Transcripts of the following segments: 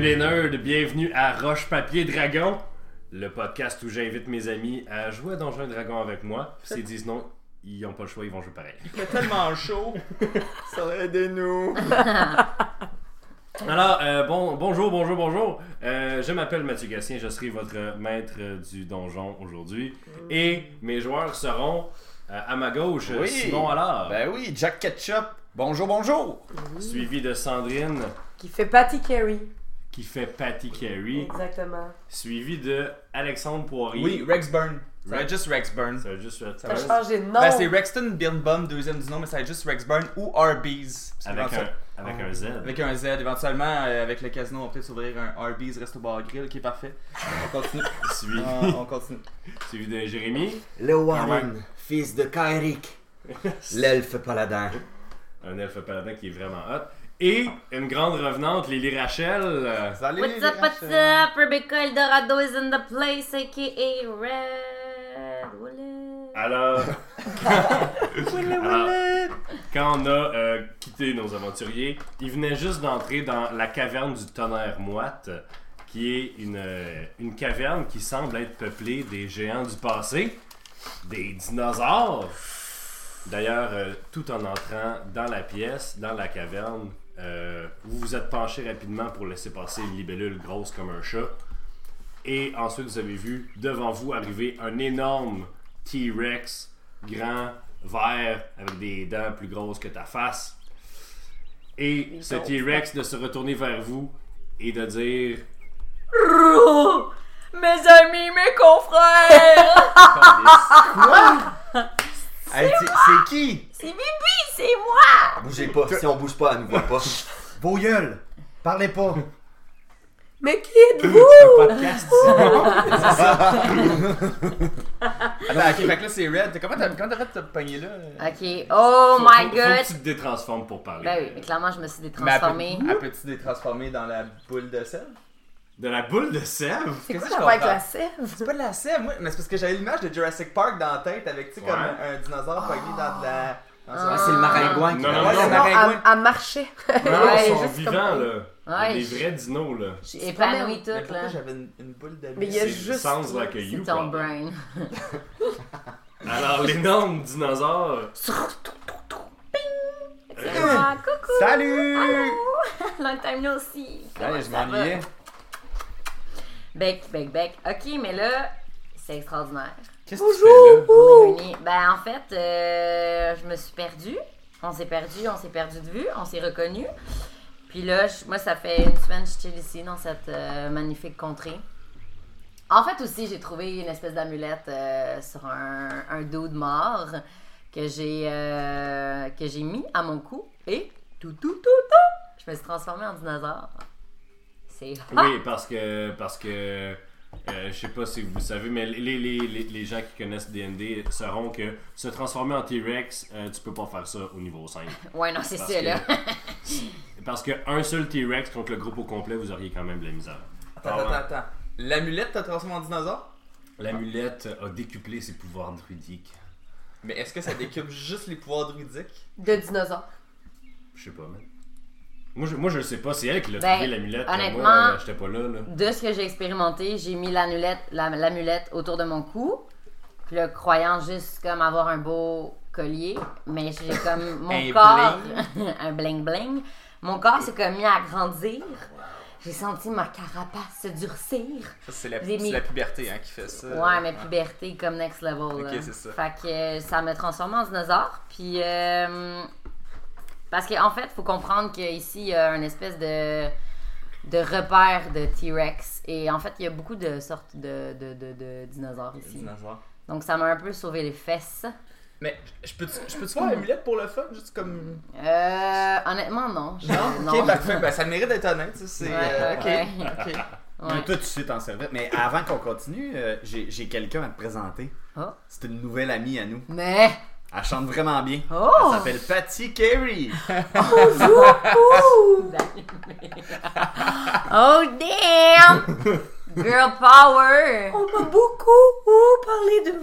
les nerds, bienvenue à Roche Papier Dragon, le podcast où j'invite mes amis à jouer à Donjons et Dragons avec moi. Puis s'ils disent non, ils n'ont pas le choix, ils vont jouer pareil. Il fait tellement chaud. Ça va aider-nous. Alors, bonjour. Je m'appelle Mathieu Gatien, je serai votre maître du donjon aujourd'hui. Et mes joueurs seront à ma gauche, Oui. Simon Allard. Ben oui, Jack Ketchup. Bonjour. Suivi de Sandrine, Qui fait Patty Carey. qui fait Patty Carey. Exactement. Suivi de Alexandre Poirier. Oui, Rex Burn. Ça va Rex- être juste Rex Burn. Ça va juste Ça T'as va- changé de nom. Ben c'est Rexton Birnbaum, deuxième du nom, mais ça va être juste Rex Burn ou Arby's. Parce avec qu'éventuellement- un Z. Avec un Z, éventuellement, avec le casino, on va peut-être s'ouvrir un Arby's Resto Bar Grill qui est parfait. On continue. Suivi, On continue. suivi de Jérémy. Le Warren, fils de Kaerik, l'elfe paladin. Un elfe paladin qui est vraiment hot. Et une grande revenante, Lily Rachel. Salut. What's up, Rebecca Eldorado is in the place, aka Red Wallet. Alors, quand on a quitté nos aventuriers, ils venaient juste d'entrer dans la caverne du tonnerre moite, qui est une caverne qui semble être peuplée des géants du passé, des dinosaures. D'ailleurs, tout en entrant dans la pièce, dans la caverne, vous vous êtes penché rapidement pour laisser passer une libellule grosse comme un chat. Et ensuite, vous avez vu devant vous arriver un énorme T-Rex, grand, vert, avec des dents plus grosses que ta face. Et ce T-Rex de se retourner vers vous et de dire... Mes amis, mes confrères! Hey, c'est qui? C'est Bibi, c'est moi! Bougez pas, si on bouge pas, elle nous voit pas. Vos gueules, parlez pas. Mais qui êtes-vous? Un podcast. Attends, ok, fait que là c'est Red. Comment t'as fait de te pogner là? Ok, oh my Faut god! que tu te détransformes pour parler. Ben oui, mais clairement, je me suis Mais détransformée. elle peut-tu détransformer dans la boule de sel? De la boule de sève? C'est quoi Qu'est-ce que l'affaire je avec la comprends? sève? C'est pas de la sève, moi, mais c'est parce que j'avais l'image de Jurassic Park dans la tête avec, tu sais, comme Ouais. un dinosaure pogné dans de la. Ah, c'est le maringouin qui Non, non, Ouais, non, c'est Non, maringouin. elle marchait. Non, Ouais, ils sont juste vivants, comme- là. Ouais, Des je- vrais dinos, là. J'ai épanoui Mais toute, pourquoi là. j'avais une boule de Mais il y a C'est juste- sounds like a you C'est ton problem. brain. Alors, l'énorme dinosaure... C'est moi, coucou! Salut! Long time no see! Comment Ouais, je ça va? m'ennuyais. Bec. Ok, mais là, c'est extraordinaire. Qu'est-ce que tu fais là? On est réunis. Ben, en fait, je me suis perdue. On s'est perdu de vue, on s'est reconnus. Puis là, moi, ça fait une semaine que je chill ici, dans cette magnifique contrée. En fait, aussi, j'ai trouvé une espèce d'amulette sur un dude mort que j'ai mis à mon cou. Et je me suis transformée en dinosaure. C'est hot! Oui, parce que je sais pas si vous le savez, mais les gens qui connaissent D&D sauront que se transformer en T-Rex, tu peux pas faire ça au niveau 5. Ouais, non, c'est Parce ça, que- là. Parce qu'un seul T-Rex contre le groupe au complet, vous auriez quand même de la misère. Attends. L'amulette t'a transformé en dinosaure? L'amulette a décuplé ses pouvoirs druidiques. Mais est-ce que ça décupe juste les pouvoirs druidiques? De dinosaures. Je sais pas, man. Moi, je le sais pas, c'est elle qui l'a Ben, trouvé l'amulette. honnêtement- Moi, j'étais pas là. De ce que j'ai expérimenté, j'ai mis l'amulette autour de mon cou. Puis là, croyant juste comme avoir un beau collier, mais j'ai comme mon Un corps, un bling bling. Mon corps s'est comme mis à grandir. J'ai senti ma carapace se durcir. Ça, c'est la, J'ai mis- c'est la puberté hein, qui fait ça. Ouais, mais puberté comme next level. Ok, là. c'est ça. Fait que ça m'a transformé en dinosaure. Puis parce qu'en fait, il faut comprendre qu'ici, il y a une espèce de repère de T-Rex. Et en fait, il y a beaucoup de sortes de dinosaures ici. Dinosaure. Donc ça m'a un peu sauvé les fesses. Mais je peux-tu faire l'amulette pour le fun? Juste comme. Honnêtement, non. Ok, parfait. Ben, ça mérite d'être honnête. Ça, c'est. Ouais, Ok. ouais. Ok. Ouais. Mais toi, tu sais t'en servir. Mais avant qu'on continue, j'ai quelqu'un à te présenter. Oh. C'est une nouvelle amie à nous. Mais. Elle chante vraiment bien. Oh! Elle s'appelle Patty Carey. Oh damn! Girl power! On m'a beaucoup parlé de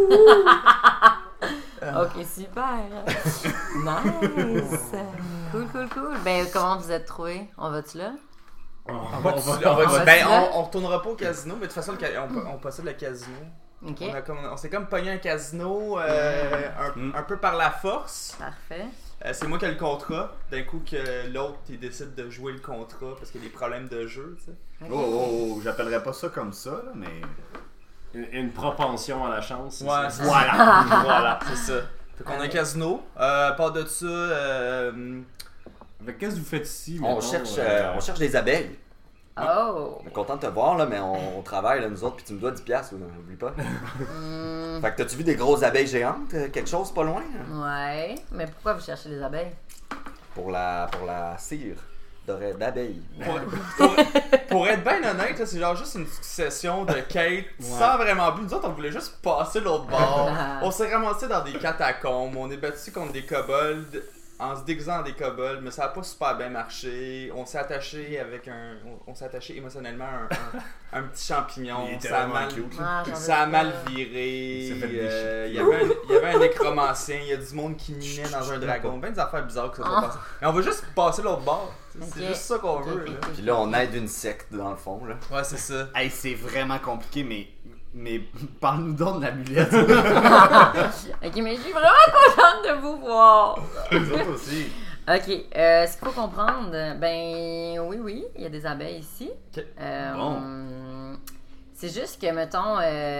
vous. Ok, super! Nice! Cool. Ben, comment vous êtes trouvés? On va-tu là? On retournera pas au casino, mais de toute façon, on possède le casino. Ok. On s'est comme pogné un casino un peu par la force. Parfait. C'est moi qui ai le contrat. D'un coup, que l'autre il décide de jouer le contrat parce qu'il y a des problèmes de jeu, tu sais. Oh, j'appellerais pas ça comme ça, là, mais. Une propension à la chance. c'est Ouais, ça? voilà. Voilà, c'est ça. Fait qu'on a un casino. À part de ça, Fait que qu'est-ce que vous faites ici? On mettons, cherche des abeilles. Oh! On est content de te voir, là, mais on travaille, là, nous autres, puis tu me dois 10$, n'oublie pas. Fait que t'as-tu vu des grosses abeilles géantes? Quelque chose pas loin? Ouais. Mais pourquoi vous cherchez les abeilles? Pour la cire d'abeilles. pour être bien honnête, là, c'est genre juste une succession de quêtes sans vraiment but. Nous autres, on voulait juste passer l'autre bord. On s'est ramassé dans des catacombes. On est battu contre des kobolds en se déguisant en des kobolds, mais ça a pas super bien marché. On s'est attaché émotionnellement à un petit champignon. Il était Ça a vraiment mal, cute. ça a mal viré. Il s'est fait déchirer. Il y avait un nécromancien. Il y a du monde qui minait dans un dragon. Ben des affaires bizarres que ça soit passé. Mais on veut juste passer l'autre bord. C'est Ok. juste ça qu'on veut. Ok, là. ok. Puis là, on aide une secte, dans le fond, là. Ouais, c'est ça. Hey, c'est vraiment compliqué, mais parle-nous donc de l'amulette. Ok, mais je suis vraiment contente de vous voir. Nous autres aussi. Ok, ce qu'il faut comprendre, ben oui, il y a des abeilles ici. Ok. C'est juste que, mettons,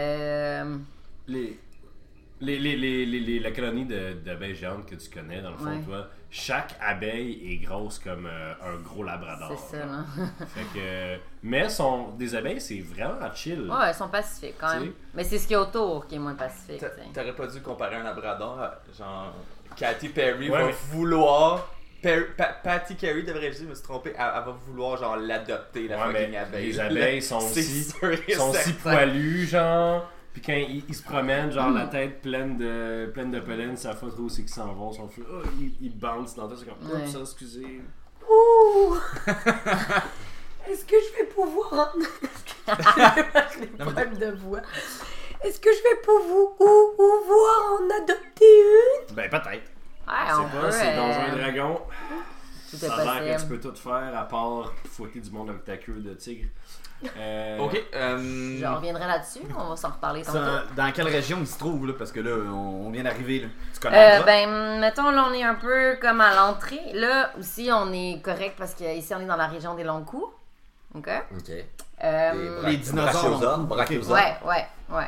La colonie d'abeilles géantes que tu connais, dans le fond, Ouais. toi, chaque abeille est grosse comme un gros labrador. c'est ça, genre. là. Fait que, mais des abeilles, c'est vraiment chill. Ouais, elles sont pacifiques quand même. Tu sais. Mais c'est ce qu'il y a autour qui est moins pacifique, tu sais. T'aurais pas dû comparer un labrador à genre Katy Perry Ouais, va mais- vouloir Patty Carey devrait dire, je me suis trompé, elle va vouloir genre l'adopter la Ouais, fucking mais abeille. les abeilles sont C'est aussi, sûr et sont si certain. poilus, genre. Puis quand ils se promènent, genre la tête pleine de pollen, ça fait trop où c'est qu'ils s'en vont, sont fous. Oh, ils bouncent dans le c'est comme, Ouais. oups, ça, excusez. Ouh! Est-ce que je vais pouvoir... J'ai des problèmes de voix. Est-ce que je vais pouvoir en adopter une? Ben peut-être. Ouais, on C'est peut. pas, c'est Donjons et Dragons. Tout est Ça a l'air que tu possible. peux tout faire à part fouetter du monde avec ta queue de tigre. Ok, Je reviendrai là-dessus, on va s'en reparler tantôt. Dans quelle région il se trouve, là? Parce que là, on vient d'arriver, là. Tu connais la Ben, mettons, là, on est un peu comme à l'entrée. Là, aussi, on est correct parce qu'ici, on est dans la région des longs coups. OK? OK. Les dinosaures. Brachiosaures. Ouais.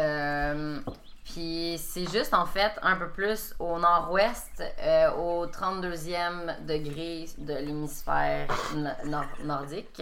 Puis c'est juste, en fait, un peu plus au nord-ouest, au 32e degré de l'hémisphère nordique.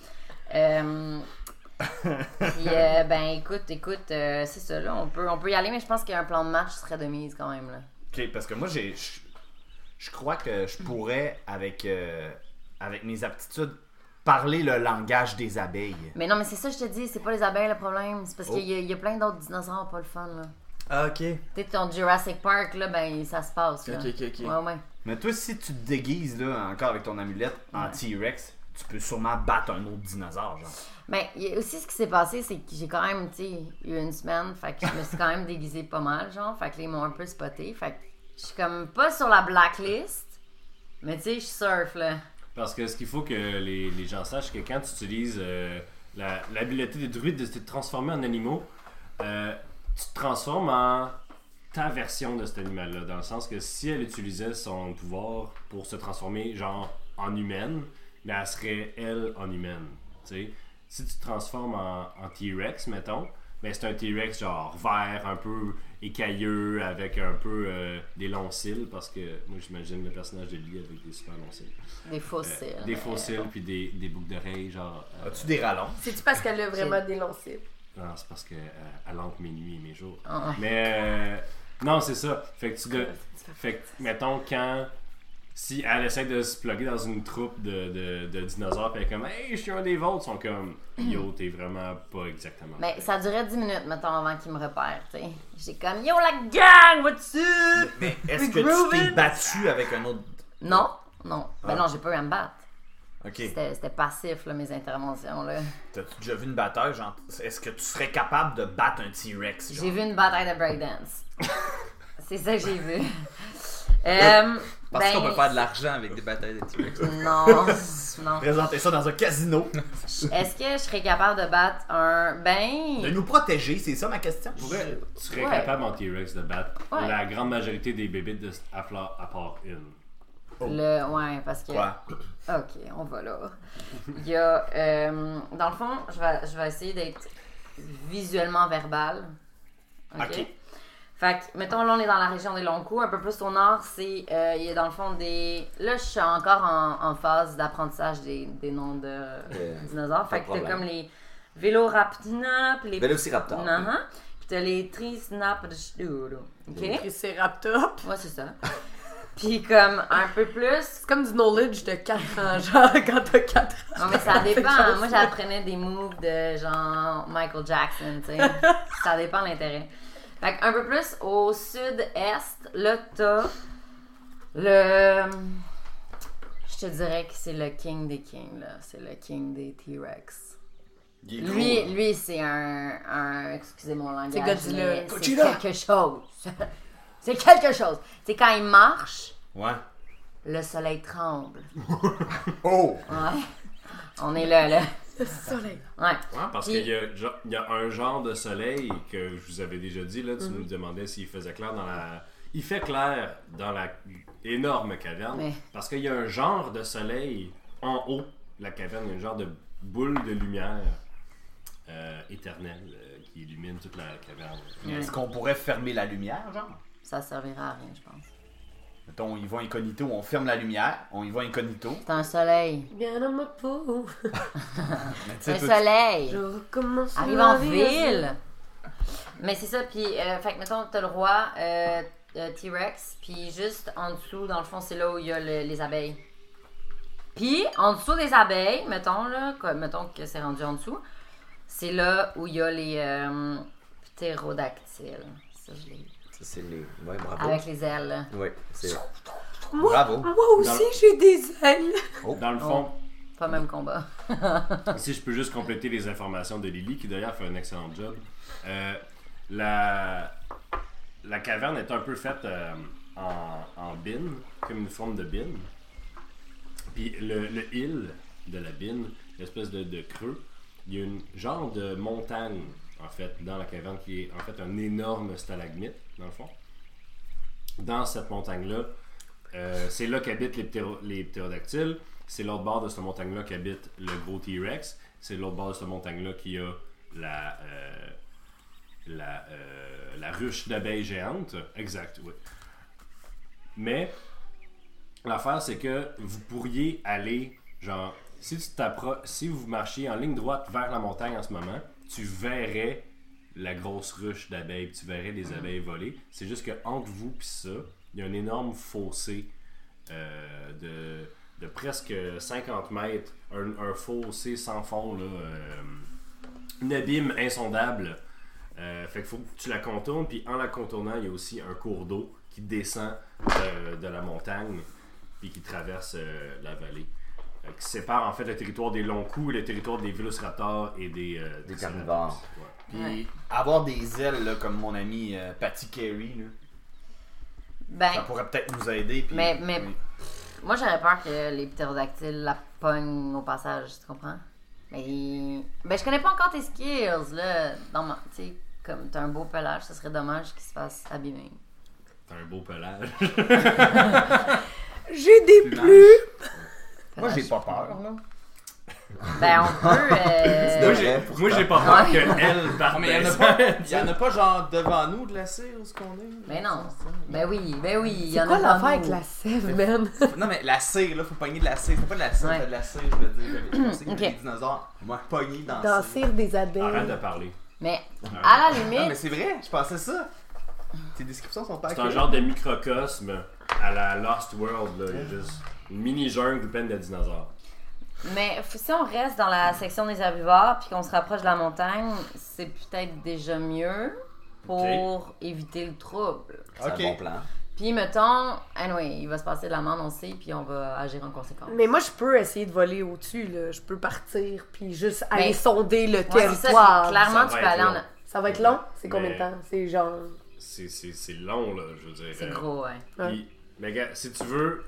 Puis, ben, écoute, c'est ça, là, on peut y aller, mais je pense qu'un plan de match serait de mise quand même, là. Ok, parce que moi, je crois que je pourrais, avec mes aptitudes, parler le langage des abeilles. Mais non, mais c'est ça, je te dis, c'est pas les abeilles le problème, c'est parce qu'il y a plein d'autres dinosaures pas le fun, là. Ah, ok. Tu sais, ton Jurassic Park, là, ben, ça se passe, là. Ok. Ouais. Mais toi, si tu te déguises, là, encore avec ton amulette, en T-Rex, tu peux sûrement battre un autre dinosaure, genre. Ben, il y a aussi ce qui s'est passé, c'est que j'ai quand même, tu sais, eu une semaine, fait que je me suis quand même déguisée pas mal, genre, fait que là, ils m'ont un peu spoté, fait que je suis comme pas sur la blacklist, mais tu sais, je surfe, là. Parce que ce qu'il faut que les gens sachent, c'est que quand tu utilises l'habileté des druides de se transformer en animaux, tu te transformes en ta version de cet animal-là. Dans le sens que si elle utilisait son pouvoir pour se transformer, genre, en humaine, mais elle serait, elle, en humaine. Tu sais? Si tu te transformes en T-Rex, mettons, ben c'est un T-Rex genre vert, un peu écailleux, avec un peu des longs cils, parce que moi j'imagine le personnage de Lee avec des super longs cils. Des fossiles. Des faux cils, puis des boucles d'oreilles, genre. As-tu des rallonges? C'est-tu parce qu'elle a vraiment des longs cils? Non, c'est parce que elle entre mes nuits et mes jours. Ah. Mais non, c'est ça. Fait que mettons si elle essaie de se plugger dans une troupe de dinosaures, puis elle est comme hey, je suis un des vôtres, ils sont comme yo, t'es vraiment pas exactement. Mais ça durait 10 minutes, mettons, avant qu'ils me repèrent, tu sais. J'étais comme yo la gang, what's-up? Mais est-ce We que tu t'es grooving? battu avec un autre... Non. Ben non, j'ai pas eu à me battre. Ok. C'était passif, là, mes interventions, là. T'as-tu déjà vu une bataille, genre... Est-ce que tu serais capable de battre un T-Rex, genre? J'ai vu une bataille de breakdance. C'est ça que j'ai vu. Parce qu'on peut faire de l'argent avec des batailles de T-Rex. Non. Présenter ça dans un casino. Est-ce que je serais capable de battre un... De nous protéger, c'est ça ma question. Tu serais Ouais. capable en T-Rex de battre Ouais. la grande majorité des bébites à part une. Ouais, parce que... Quoi? Ok, on va là. Il y a... dans le fond, je vais essayer d'être visuellement verbal. Ok. Fait que, mettons, là, on est dans la région des Longs Coups. Un peu plus au nord, c'est... il y a dans le fond des... Là, je suis encore en phase d'apprentissage des noms de dinosaures. Fait que t'as comme les Véloraptor, puis les... Vélociraptor. Puis t'as les Trisnaptodon. OK? Triceratops. Ouais, c'est ça. Puis comme un peu plus... C'est comme du knowledge de 4 ans, genre, quand t'as 4 ans. Non, mais ça dépend. Moi, j'apprenais des moves de genre Michael Jackson, tu sais. Ça dépend de l'intérêt. Fait qu'un peu plus au sud-est, là, t'as le... Je te dirais que c'est le king des kings, là. C'est le king des T-Rex. Lui, c'est un... Excusez mon langage. C'est Godzilla. mais c'est quelque chose. C'est quelque chose. C'est quand il marche, Ouais. le soleil tremble. Oh! Ouais. On est là. Le soleil. Ouais. Ouais, parce Puis- qu'il y a un genre de soleil que je vous avais déjà dit, là, tu nous demandais s'il faisait clair dans la... Il fait clair dans la énorme caverne, Mais- parce qu'il y a un genre de soleil en haut de la caverne, il y a un genre de boule de lumière éternelle qui illumine toute la caverne. Est-ce qu'on pourrait fermer la lumière, genre? Ça servira à rien, je pense. Mettons, on y va incognito, on ferme la lumière, on y va incognito. C'est un soleil. Bien dans ma peau. Mais tu C'est sais, un tout- soleil. Je recommence. Arrive ma en vie. ville. Mais c'est ça, puis, fait que mettons, t'as le roi T-Rex, puis juste en dessous, dans le fond, c'est là où il y a les abeilles. Puis, en dessous des abeilles, mettons, là, mettons que c'est rendu en dessous, c'est là où il y a les ptérodactyles. Ça, je l'ai. Ça, c'est les. Ouais, bravo. Avec les ailes, là. Ouais, c'est. Moi, Bravo. moi aussi, j'ai des ailes. Dans le fond, Pas même combat. si je peux juste compléter les informations de Lily, qui d'ailleurs fait un excellent job. La caverne est un peu faite en bine, comme une forme de bine. Puis le hill de la bine, l'espèce de creux, il y a une genre de montagne, en fait, dans la caverne, qui est en fait un énorme stalagmite, dans le fond. Dans cette montagne-là, c'est là qu'habitent les ptérodactyles. C'est l'autre bord de cette montagne-là qu'habite le gros T-Rex. C'est l'autre bord de cette montagne-là qui a la ruche d'abeilles géante. Exact, oui. Mais l'affaire, c'est que vous pourriez aller, genre, si vous marchiez en ligne droite vers la montagne en ce moment, tu verrais la grosse ruche d'abeilles, tu verrais les abeilles voler. C'est juste que entre vous et ça, il y a un énorme fossé de presque 50 mètres, un fossé sans fond, là, un abîme insondable. Fait qu'il faut que tu la contournes, puis en la contournant, il y a aussi un cours d'eau qui descend de la montagne, puis qui traverse la vallée. Qui sépare en fait le territoire des Longs Coups et le territoire des Vélociraptors et des carnivores. Ouais. Puis avoir des ailes, là, comme mon ami Patty Carey, là, Ben, ça pourrait peut-être nous aider. Puis, Mais- oui. moi, j'aurais peur que les ptérodactyles la pognent au passage, tu comprends? Mais. Ben, je connais pas encore tes skills, là. Tu sais, comme t'as un beau pelage, ça serait dommage qu'il se fasse abîmer. T'as un beau pelage. J'ai des plumes. Moi, j'ai pas peur, là. Ben, on peut. Moi, j'ai pas peur Ouais. qu'elle parte. Non, mais il y en a pas genre devant nous de la cire où ce qu'on est. Ben non. Ben oui, il y C'est en quoi a l'affaire pas avec la sève, man? Non, mais la cire, là, faut pogner de la cire. C'est pas de la cire, Ouais. c'est de la cire, je veux dire. Je pensais qu'il y avait Ok. des dinosaures pognés dans Dans la la cire. cire des Arrête de abeilles. parler. Mais, à la Non, mais limite. c'est vrai, je pensais ça. Tes descriptions sont pas C'est un accurate. genre de microcosme à la Lost World. Là. Il y a juste une mini-jungle pleine de dinosaures. Mais si on reste dans la section des herbivores puis qu'on se rapproche de la montagne, c'est peut-être déjà mieux pour éviter le trouble. C'est Ok. un bon plan. Puis mettons, anyway, il va se passer de l'amende, on sait, puis on va agir en conséquence. Mais moi, je peux essayer de voler au-dessus, là. Je peux partir, puis juste aller Mais- sonder le Ouais, c'est ça, territoire. c'est- clairement, Ça tu va peux être aller en. long. Ça va être long? C'est combien de Mais- temps? C'est genre... C'est long, là, je veux dire. C'est gros, ouais. Ouais. Puis Mais gars, si tu veux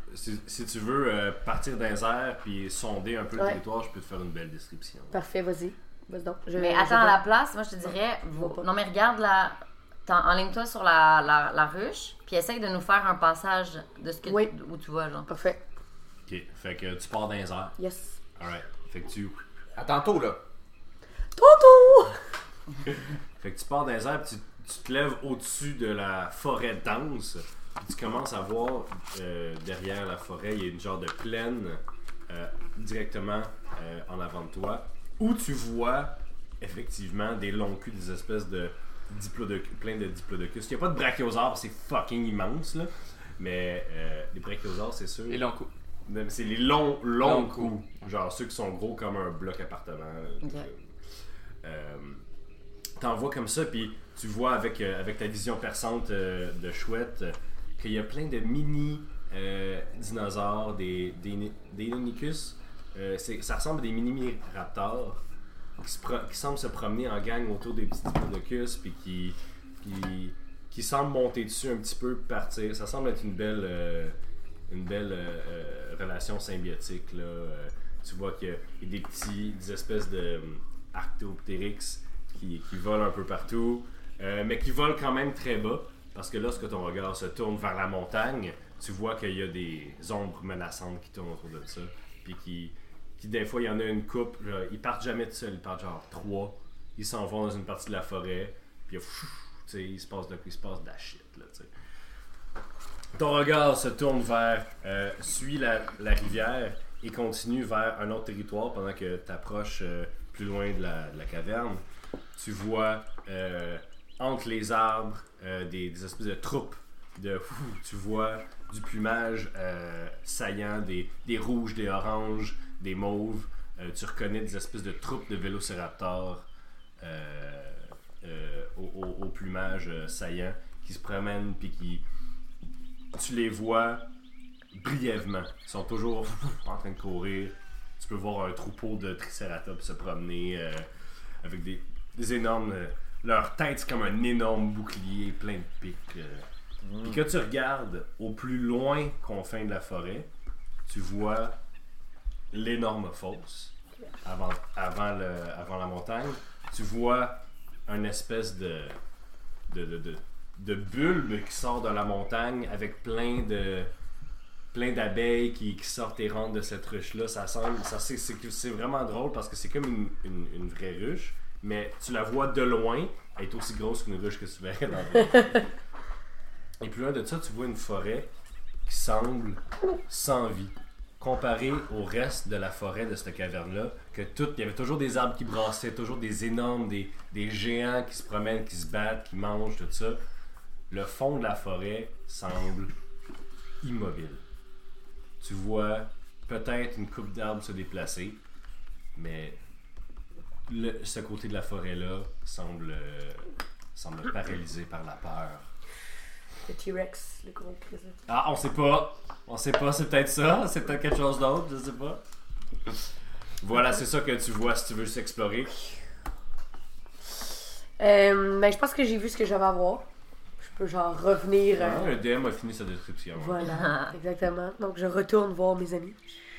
partir dans les airs puis sonder un peu le territoire, je peux te faire une belle description. Parfait, vas-y. Vas-y donc. Mais attends, à la place, moi je te dirais, non mais regarde là, enligne-toi sur la ruche, puis essaye de nous faire un passage de ce que où tu vas, genre. Parfait. Ok, fait que tu pars dans les airs. Yes. Alright, fait que tu... À tantôt, là. Tonton! Fait que tu pars dans les airs, puis tu te lèves au-dessus de la forêt dense, puis tu commences à voir derrière la forêt, il y a une genre de plaine directement en avant de toi, où tu vois effectivement des longs culs, des espèces de plein de diplodocus. Il n'y a pas de brachiosaures, c'est fucking immense, là. Mais les brachiosaures, c'est sûr. Les longs coups. C'est les longs coups. Genre ceux qui sont gros comme un bloc appartement. Okay. T'en vois comme ça, puis tu vois avec ta vision perçante de chouette qu'il y a plein de mini dinosaures, des Inonicus. Ça ressemble à des mini-raptors qui semblent se promener en gang autour des petits diplodocus, puis qui semblent monter dessus un petit peu, partir. Ça semble être une belle relation symbiotique, là. Tu vois qu'il y a des espèces de Arctopteryx qui volent un peu partout, mais qui volent quand même très bas, parce que lorsque ton regard se tourne vers la montagne, tu vois qu'il y a des ombres menaçantes qui tournent autour de ça, puis qui des fois, il y en a une couple, ils partent jamais tout seuls, ils partent genre 3, ils s'en vont dans une partie de la forêt, puis il se passe de la shit, là, tu sais. Ton regard se tourne suit la rivière et continue vers un autre territoire pendant que tu approches plus loin de la caverne. Tu vois entre les arbres des espèces de troupes tu vois du plumage saillant, des rouges, des oranges, des mauves. Tu reconnais des espèces de troupes de vélociraptors au plumage saillant qui se promènent puis tu les vois brièvement. Ils sont toujours en train de courir. Tu peux voir un troupeau de triceratops se promener avec des énormes... leur tête, c'est comme un énorme bouclier plein de pics. Puis que tu regardes au plus loin confin de la forêt, tu vois l'énorme fosse avant la montagne. Tu vois une espèce de bulbe qui sort de la montagne avec plein d'abeilles qui sortent et rentrent de cette ruche-là. C'est vraiment drôle parce que c'est comme une vraie ruche, mais tu la vois de loin, elle est aussi grosse qu'une ruche que tu verrais dans le Et plus loin de ça, tu vois une forêt qui semble sans vie. Comparé au reste de la forêt de cette caverne-là, il y avait toujours des arbres qui brassaient, toujours des énormes, des géants qui se promènent, qui se battent, qui mangent, tout ça. Le fond de la forêt semble immobile. Tu vois peut-être une coupe d'arbres se déplacer, mais ce côté de la forêt-là semble paralysé par la peur. Le T-Rex, le gros crise. Ah, on sait pas, c'est peut-être ça, c'est peut-être quelque chose d'autre, je sais pas. Voilà, c'est ça que tu vois si tu veux s'explorer. Ben, je pense que j'ai vu ce que j'avais à voir. Je peux genre revenir. Le DM a fini sa description. Voilà, exactement. Donc je retourne voir mes amis.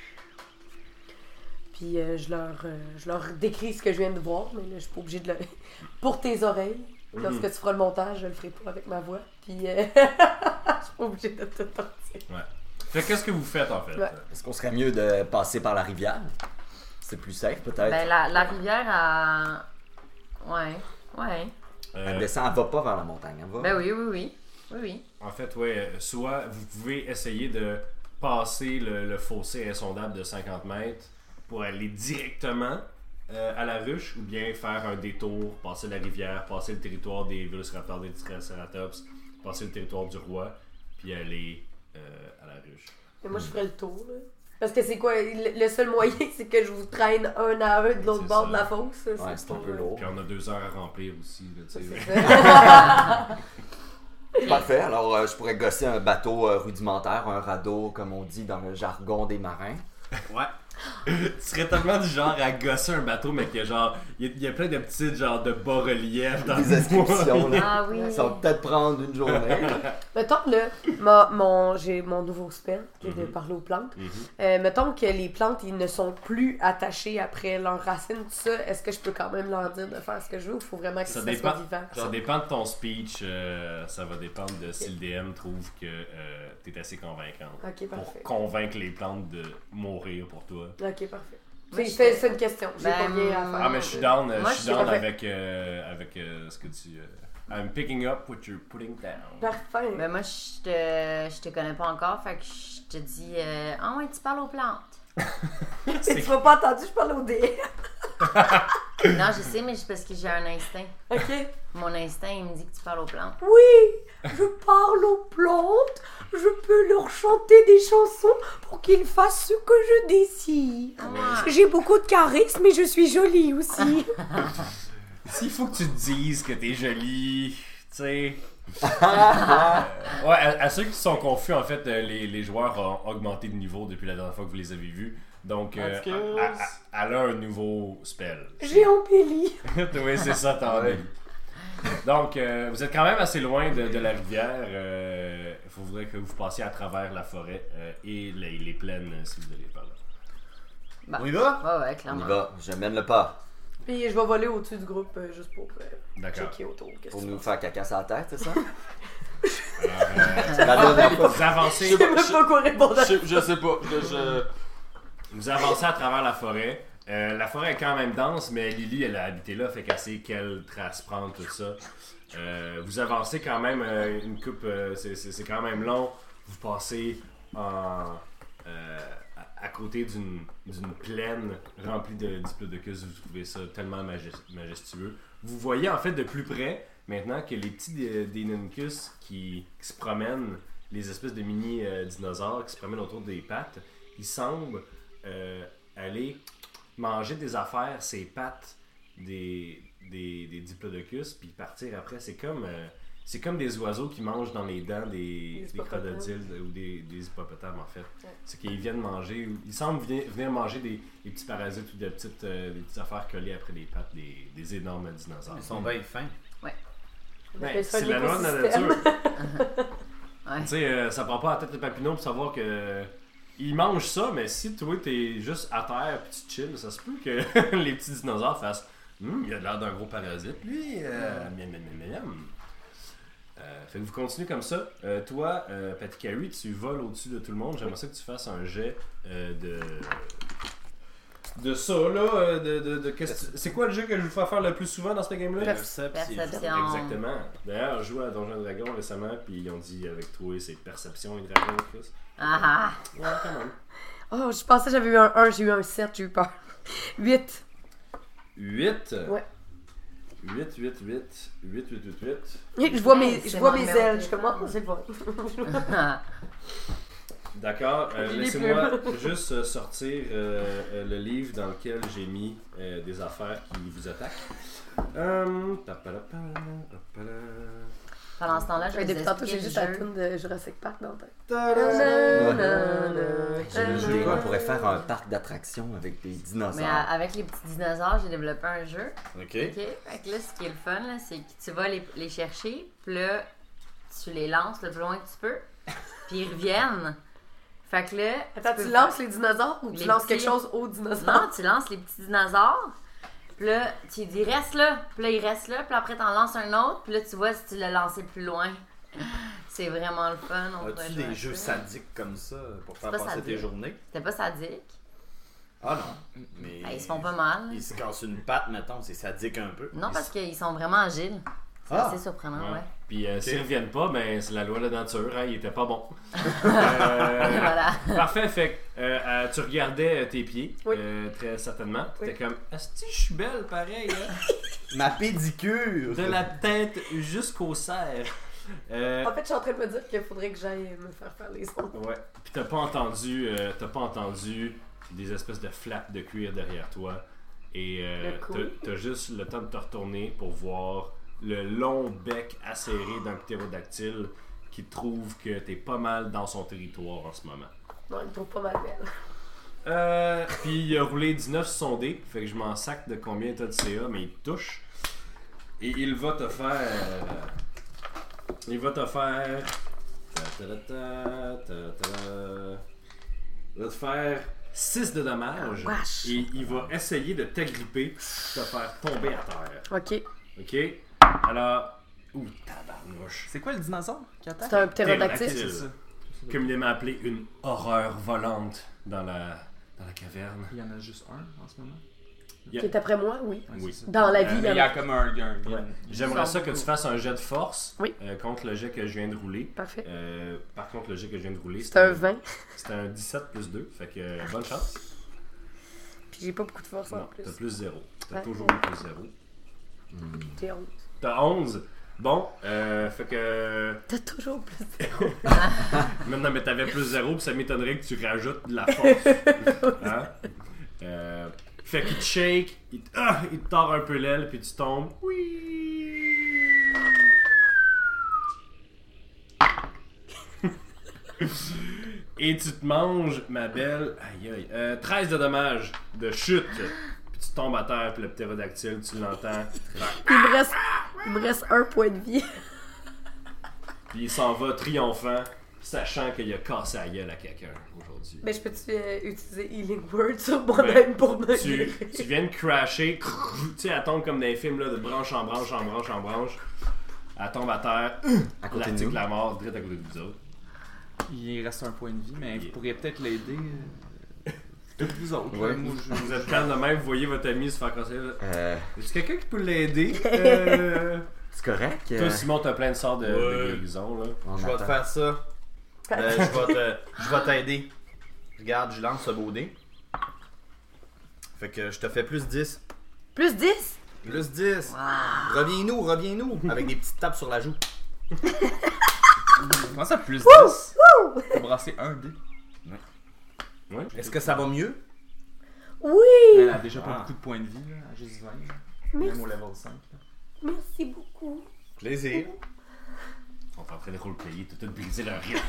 Puis je leur décris ce que je viens de voir, mais là, je suis pas obligée de le. Pour tes oreilles. Lorsque tu feras le montage, je le ferai pas avec ma voix. Puis je suis pas obligée de te tenter. Ouais. Fait qu'est-ce que vous faites en fait? Ouais. Est-ce qu'on serait mieux de passer par la rivière? C'est plus safe peut-être? Ben la rivière a... Ouais. Elle descend, elle va pas vers la montagne, elle va? Ben oui. En fait, ouais, soit vous pouvez essayer de passer le fossé insondable de 50 mètres pour aller directement à la ruche, ou bien faire un détour, passer la rivière, passer le territoire des vélociraptors, des triceratops, passer le territoire du roi, puis aller à la ruche. Mais moi, je ferais le tour, là. Parce que c'est quoi? Le seul moyen, c'est que je vous traîne un à un de l'autre bord de la fosse. Ouais, c'est un peu lourd. Puis on a 2 heures à remplir aussi. Là, C'est ça. Parfait, alors je pourrais gosser un bateau rudimentaire, un radeau, comme on dit dans le jargon des marins. Ouais. Tu serais tellement du genre à gosser un bateau, mais qu'il y a genre. Il y a plein de petits genre de bas-reliefs dans Les le inscriptions, là. Ah oui. Ça va peut-être prendre une journée. Mettons là, j'ai mon nouveau spell qui est de parler aux plantes. Mettons que les plantes, ils ne sont plus attachées après leurs racines, tout ça. Est-ce que je peux quand même leur dire de faire ce que je veux ou il faut vraiment que ça soit vivant? Ça dépend de ton speech. Ça va dépendre de si le DM trouve que t'es assez convaincante. Ok, parfait. Pour convaincre les plantes de mourir pour toi. Ok, parfait. Oui, C'est une question. J'ai Ben, pas rien à faire. Ah, mais je suis down, Moi, je suis je down suis- avec ce que tu. I'm picking up what you're putting down. Parfait. Ben moi, je te connais pas encore, fait que je te dis, ah ouais, tu parles aux plantes. Tu m'as pas entendu, je parle au dé. Non, je sais, mais c'est parce que j'ai un instinct. Ok. Mon instinct, il me dit que tu parles aux plantes. Oui, je parle aux plantes. Je peux leur chanter des chansons pour qu'ils fassent ce que je désire. Ouais. J'ai beaucoup de charisme et je suis jolie aussi. S'il faut que tu te dises que t'es jolie, tu sais. Ouais, à ceux qui sont confus, en fait, les joueurs ont augmenté de niveau depuis la dernière fois que vous les avez vus. Donc, Excuse. elle a un nouveau spell. J'ai embelli. Oui, c'est ça, t'en as. Donc, vous êtes quand même assez loin de la rivière. Il faudrait que vous passiez à travers la forêt et les plaines si vous allez par là. Bah. On y va? Ouais, On clairement. y va, je mène le pas. Puis je vais voler au-dessus du groupe juste pour D'accord. checker autour. Qu'est-ce Pour que nous tu faire caca sur la tête, c'est ça? Alors, La dernière fois. vous avancez. Je sais même pas quoi répondre à ça. Je sais pas. Vous avancez à travers la forêt. La forêt est quand même dense, mais Lily, elle a habité là, fait qu'elle sait quelle trace prendre, tout ça. Vous avancez quand même une coupe, c'est quand même long. Vous passez à côté d'une plaine remplie de diplodocus. Vous trouvez ça tellement majestueux. Vous voyez en fait de plus près, maintenant, que les petits Deinonychus qui se promènent, les espèces de mini dinosaures qui se promènent autour des pattes, ils semblent aller manger des affaires, ces pattes des diplodocus, puis partir après. C'est comme des oiseaux qui mangent dans les dents des crocodiles ou des hippopotames, en fait. Ouais. C'est qu'ils viennent manger, ils semblent venir manger des petits parasites ou des petites affaires collées après les pattes des énormes dinosaures. Ils sont bien fins. On Ben, appelle ça c'est un la loi de la écosystème. nature. Ouais. Tu sais, ça prend pas la tête de Papineau pour savoir que ils mangent ça, mais si toi t'es juste à terre et tu chill, ça se peut que les petits dinosaures fassent il a l'air d'un gros parasite, lui. Miam, miam, miam, miam. Fait que vous continuez comme ça. Toi, Patty Carey, tu voles au-dessus de tout le monde. J'aimerais ça que tu fasses un jet de ça, là. C'est quoi le jeu que je vous fais faire le plus souvent dans ce game-là? Perception. Exactement. D'ailleurs, je jouais à Donjons & Dragons récemment, puis ils ont dit avec toi, c'est perception et dragon, Chris. Ah Ouais, quand même. Oh, je pensais que j'avais eu un 1, j'ai eu un 7, j'ai eu peur. 8. 8. Ouais. 8. Je vois Hey, mes c'est mon numéro ailes, de je commence, c'est bon. ah. D'accord, Je lis laissez-moi juste sortir le livre dans lequel j'ai mis des affaires qui vous attaquent. Pendant ce temps-là, je vais vous Depuis tantôt, j'ai expliquer juste le la jeu. tune de Jurassic Park dans la tête. J'ai une idée, on pourrait faire un parc d'attractions avec des Mais dinosaures. avec les petits dinosaures, j'ai développé un jeu. Ok. OK? Fait que là, ce qui est le fun, là, c'est que tu vas les chercher, puis là, tu les lances le plus loin que tu peux, puis ils reviennent. Fait que là... Attends, peux tu lances les dinosaures ou tu Les lances petits. quelque chose aux dinosaures? Non, tu lances les petits dinosaures, puis là, tu dis reste là, puis là, il reste là, puis après, t'en lances un autre, puis là, tu vois si tu l'as lancé plus loin. C'est vraiment le fun. On pourrait As-tu jouer à des jeux ça. sadiques comme ça pour faire pas passer sadique. tes journées? C'était pas sadique. Ah non. Mais Ben, ils se font pas mal. Ils se cassent une patte, mettons, c'est sadique un peu. Non, parce qu'ils sont vraiment agiles. C'est Ah. assez surprenant, ouais. Puis s'ils reviennent pas, ben c'est la loi de la nature, hein, il était pas bon. Voilà. Parfait, fait que tu regardais tes pieds, Oui. très certainement. Oui. T'étais comme, asti, je suis belle pareil, hein? Ma pédicure! De la tête jusqu'au cerf. En fait, je suis en train de me dire qu'il faudrait que j'aille me faire les sons. Ouais. Puis t'as pas entendu des espèces de flaps de cuir derrière toi. Et Le cou. t'as juste le temps de te retourner pour voir le long bec acéré d'un ptérodactyle qui trouve que t'es pas mal dans son territoire en ce moment. Non, il me trouve pas mal belle. Puis il a roulé 19 sur son dé. Fait que je m'en sac de combien t'as de CA, mais il te touche. Et il va te faire. Il va te faire. Il va te faire 6 de dommages. Wesh. Et il va essayer de t'agripper, te faire tomber à terre. Ok. Ok? Alors. Ouh, tabarnouche. C'est quoi le dinosaure qui attaque? C'est un ptérodactyle. Ptérodactyle. C'est ça. Communément appelé une horreur volante dans la caverne. Il y en a juste un en ce moment. Qui est après moi, oui. Ouais, Oui. c'est ça. Dans la vie, Mais il y a comme un. J'aimerais ça que tu fasses un jet de force Oui. contre le jet que je viens de rouler. Parfait. Par contre, le jet que je viens de rouler, C'est un 20. C'était un 17 plus 2. Fait que bonne chance. Puis j'ai pas beaucoup de force en Non, plus. t'as plus 0. T'as Ouais. toujours plus 0. T'es 11. T'as 11. Bon, fait que. T'as toujours plus. Maintenant, mais t'avais plus 0, puis ça m'étonnerait que tu rajoutes de la force. Hein? Fait qu'il te shake, il te tord un peu l'aile, puis tu tombes. Oui! Et tu te manges, ma belle. Aïe aïe. 13 de dommages de chute. Puis tu tombes à terre, puis le ptérodactyle, tu l'entends. Il me reste un point de vie. Puis il s'en va triomphant, sachant qu'il a cassé la gueule à quelqu'un aujourd'hui. Mais je peux-tu utiliser Healing Word sur moi-même Ben, pour me tu guérir? viens de crasher, tu sais, elle tombe comme dans les films là, de branche en branche, en branche, en branche. Elle tombe à terre, À côté de l'article nous. la mort, direct à côté de vous autres. Il reste un point de vie, mais Il- vous pourriez peut-être l'aider. Toutes vous autres. Ouais. Moi, Vous êtes calme de même, vous voyez votre ami se faire casser. Là. C'est Est-ce quelqu'un qui peut l'aider? correct? Toi, Simon, t'as plein de sorts de guérison. Là. On Je vais te attend. faire ça. Je vais t'aider. Regarde, je lance ce beau dé. Fait que je te fais plus 10. Plus 10? Plus 10. Reviens-nous. Avec des petites tapes sur la joue. Comment ça, plus 10? Faut brasser un dé. Ouais. Est-ce que ça va mieux? Oui! Elle a déjà pas Ah. beaucoup de points de vie, là, à juste 20. Merci. Même au level 5. là. Merci beaucoup. Plaisir. On est en train de roleplayer, t'as tout brisé leur rythme.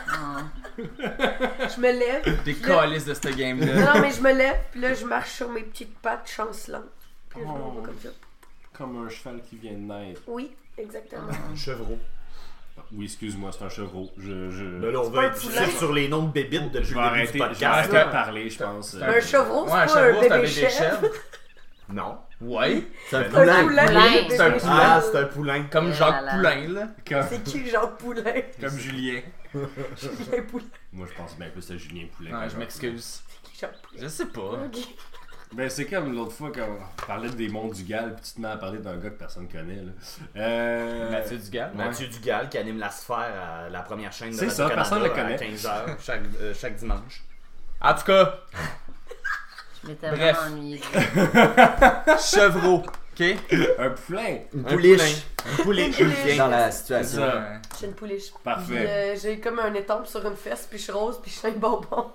Je me lève. Des puis là- calices de ce game-là. Non, mais je me lève, puis là, je marche sur mes petites pattes chancelantes. Puis là, je m'en vais comme ça. Comme un cheval qui vient de naître. Oui, exactement. Un chevreau. Oui, excuse-moi, c'est un chevreau. Là, on C'est pas va un être poulain. sur les noms de bébites depuis Je le vais début arrêter, du je vais podcast. arrêter de parler, je pense. Un chevreau, c'est Ouais, un pas un chevreau, c'est un bébé bébé chèvre. chèvre. Non. Ouais. C'est un Un poulain. poulain. Poulain. bébé C'est un chèvre. poulain. Ah, c'est un poulain. Comme Eh Jacques là là. Poulain, là. Comme, C'est qui Jacques Poulain? comme Julien. Julien Poulain. Moi, je pense bien plus à Julien Poulet. Ouais, je m'excuse. C'est qui Jacques Poulain? Je sais pas. Ok. Ben, c'est comme l'autre fois quand on parlait des monts du Gal, puis tu te mets à parler d'un gars que personne connaît. Là. Mathieu Dugal. Mathieu Dugal qui anime la sphère à la première chaîne de C'est ça, Radio-Canada personne le à connaît. 15h chaque dimanche. En tout cas, Je m'étais Bref. vraiment ennuyée. chevreau. Ok? Un poulain! Une Un pouliche Un poulet. Une pouliche. dans la C'est situation. ça. Ouais. J'ai une pouliche. Parfait. Puis, j'ai comme un étampe sur une fesse, puis je suis rose, puis je suis un bonbon.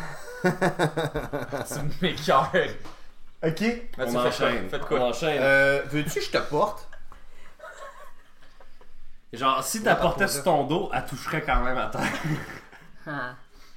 Tu m'écoeures. Ok. On Mathieu, enchaîne. Faites On quoi? enchaîne. Veux-tu que je te porte? Genre, si t'apportais sur ton dos, elle toucherait quand même à terre. Ah.